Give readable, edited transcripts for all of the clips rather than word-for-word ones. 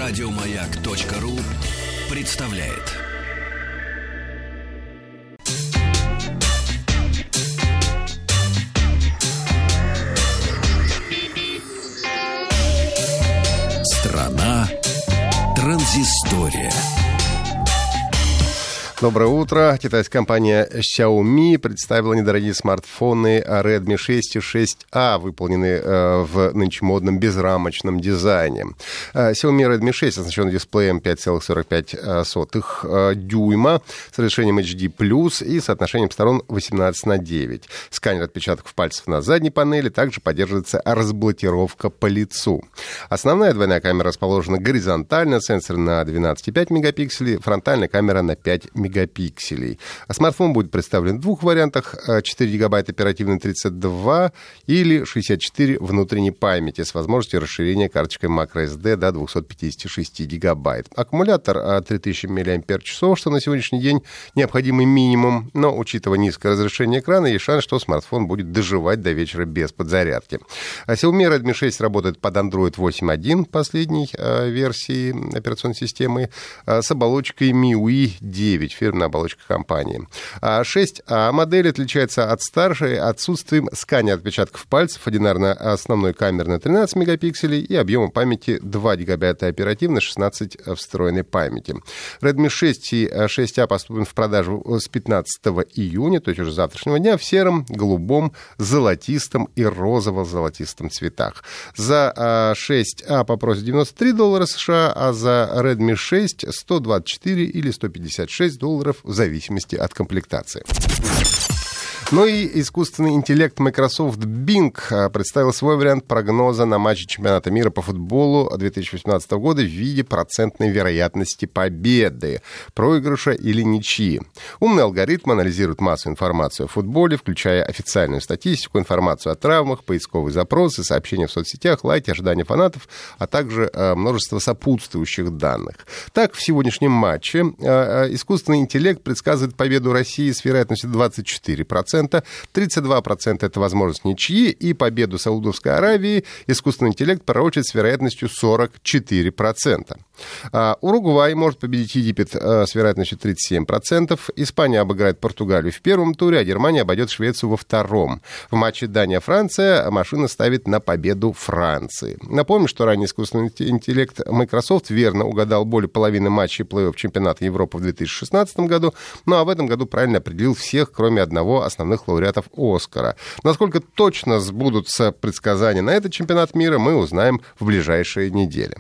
Радиомаяк.ру представляет. Страна транзистория. Доброе утро. Китайская компания Xiaomi представила недорогие смартфоны Redmi 6 и 6A, выполненные в нынче модном безрамочном дизайне. Xiaomi Redmi 6 оснащен дисплеем 5,45 дюйма с разрешением HD+, и соотношением сторон 18:9. Сканер отпечатков пальцев на задней панели, также поддерживается разблокировка по лицу. Основная двойная камера расположена горизонтально, сенсор на 12,5 мегапикселей, фронтальная камера на 5 мегапикселей. А смартфон будет представлен в двух вариантах: 4 гигабайта оперативной 32 или 64 внутренней памяти с возможностью расширения карточкой microSD до 256 гигабайт. Аккумулятор 3000 мАч, что на сегодняшний день необходимый минимум, но, учитывая низкое разрешение экрана, есть шанс, что смартфон будет доживать до вечера без подзарядки. Xiaomi Redmi 6 работает под Android 8.1, последней версии операционной системы, с оболочкой MIUI 9, фирменная оболочка компании. 6А модель отличается от старшей отсутствием сканера отпечатков пальцев, одинарно-основной камеры на 13 мегапикселей и объемом памяти 2 гигабайта оперативной, 16 встроенной памяти. Redmi 6 и 6A поступят в продажу с 15 июня, то есть уже с завтрашнего дня, в сером, голубом, золотистом и розово-золотистом цветах. За 6A попросят $93 США, а за Redmi 6 $124 или $156 в зависимости от комплектации. Ну и искусственный интеллект Microsoft Bing представил свой вариант прогноза на матче чемпионата мира по футболу 2018 года в виде процентной вероятности победы, проигрыша или ничьи. Умный алгоритм анализирует массу информации о футболе, включая официальную статистику, информацию о травмах, поисковые запросы, сообщения в соцсетях, лайки, ожидания фанатов, а также множество сопутствующих данных. Так, в сегодняшнем матче искусственный интеллект предсказывает победу России с вероятностью 24%. 32% это возможность ничьи, и победу Саудовской Аравии искусственный интеллект пророчит с вероятностью 44%. Уругвай может победить Египет с вероятностью 37%. Испания обыграет Португалию в первом туре, а Германия обойдет Швецию во втором. В матче Дания-Франция машина ставит на победу Франции. Напомню, что ранее искусственный интеллект Microsoft верно угадал более половины матчей плей-офф чемпионата Европы в 2016 году, ну а в этом году правильно определил всех, кроме одного основных лауреатов Оскара. Насколько точно сбудутся предсказания на этот чемпионат мира, мы узнаем в ближайшие недели.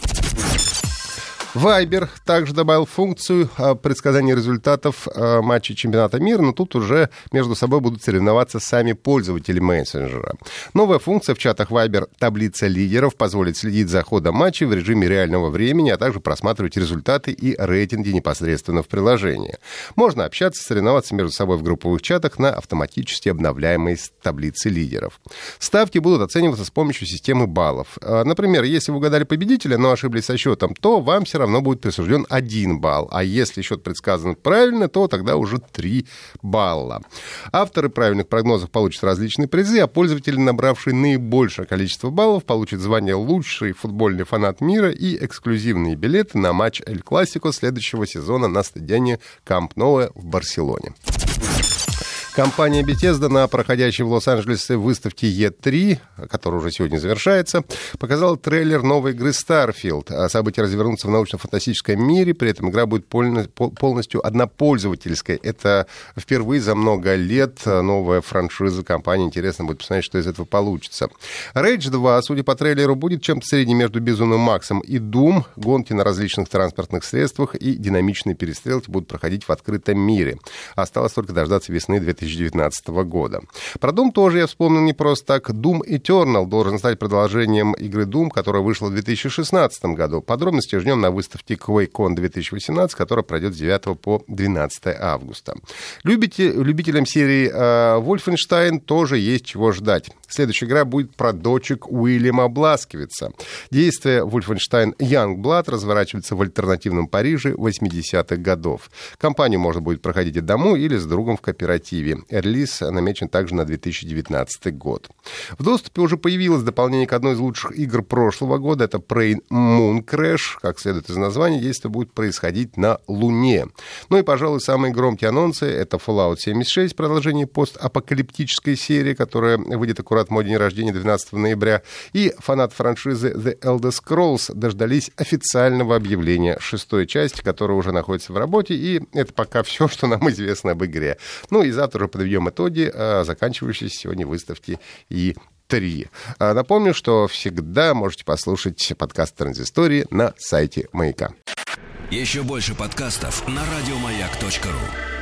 Viber также добавил функцию предсказания результатов матчей чемпионата мира, но тут уже между собой будут соревноваться сами пользователи мессенджера. Новая функция в чатах Viber «Таблица лидеров» позволит следить за ходом матчей в режиме реального времени, а также просматривать результаты и рейтинги непосредственно в приложении. Можно общаться, соревноваться между собой в групповых чатах на автоматически обновляемой таблице лидеров. Ставки будут оцениваться с помощью системы баллов. Например, если вы угадали победителя, но ошиблись со счетом, то вам все равно будет присужден 1 балл. А если счет предсказан правильно, то тогда уже 3 балла. Авторы правильных прогнозов получат различные призы, а пользователи, набравшие наибольшее количество баллов, получат звание «Лучший футбольный фанат мира» и эксклюзивные билеты на матч «Эль Классико» следующего сезона на стадионе Камп Ноу в Барселоне. Компания Bethesda на проходящей в Лос-Анджелесе выставке E3, которая уже сегодня завершается, показала трейлер новой игры Starfield. События развернутся в научно-фантастическом мире, при этом игра будет полностью однопользовательской. Это впервые за много лет новая франшиза компании. Интересно будет посмотреть, что из этого получится. Rage 2, судя по трейлеру, будет чем-то средним между Безумным Максом и Doom. Гонки на различных транспортных средствах и динамичные перестрелки будут проходить в открытом мире. Осталось только дождаться весны 2019 года. Про Doom тоже я вспомнил не просто так. Doom Eternal должен стать продолжением игры Doom, которая вышла в 2016 году. Подробности ждем на выставке QuakeCon 2018, которая пройдет с 9 по 12 августа. Любителям серии Wolfenstein тоже есть чего ждать. Следующая игра будет про дочек Уильяма Бласквица. Действие Wolfenstein Youngblood разворачивается в альтернативном Париже 80-х годов. Кампанию можно будет проходить одному или с другом в кооперативе. 4. Релиз намечен также на 2019 год. В доступе уже появилось дополнение к одной из лучших игр прошлого года. Это Prey Moon Crash. Как следует из названия, действие будет происходить на Луне. Ну и, пожалуй, самые громкие анонсы — это Fallout 76, продолжение постапокалиптической серии, которая выйдет аккурат в мой день рождения 12 ноября. И фанаты франшизы The Elder Scrolls дождались официального объявления 6-й части, которая уже находится в работе. И это пока все, что нам известно об игре. Ну и завтра уже подведем итоги заканчивающейся сегодня выставки E3. Напомню, что всегда можете послушать подкаст «Транзистории» на сайте Маяка. Еще больше подкастов на радиомаяк.ру.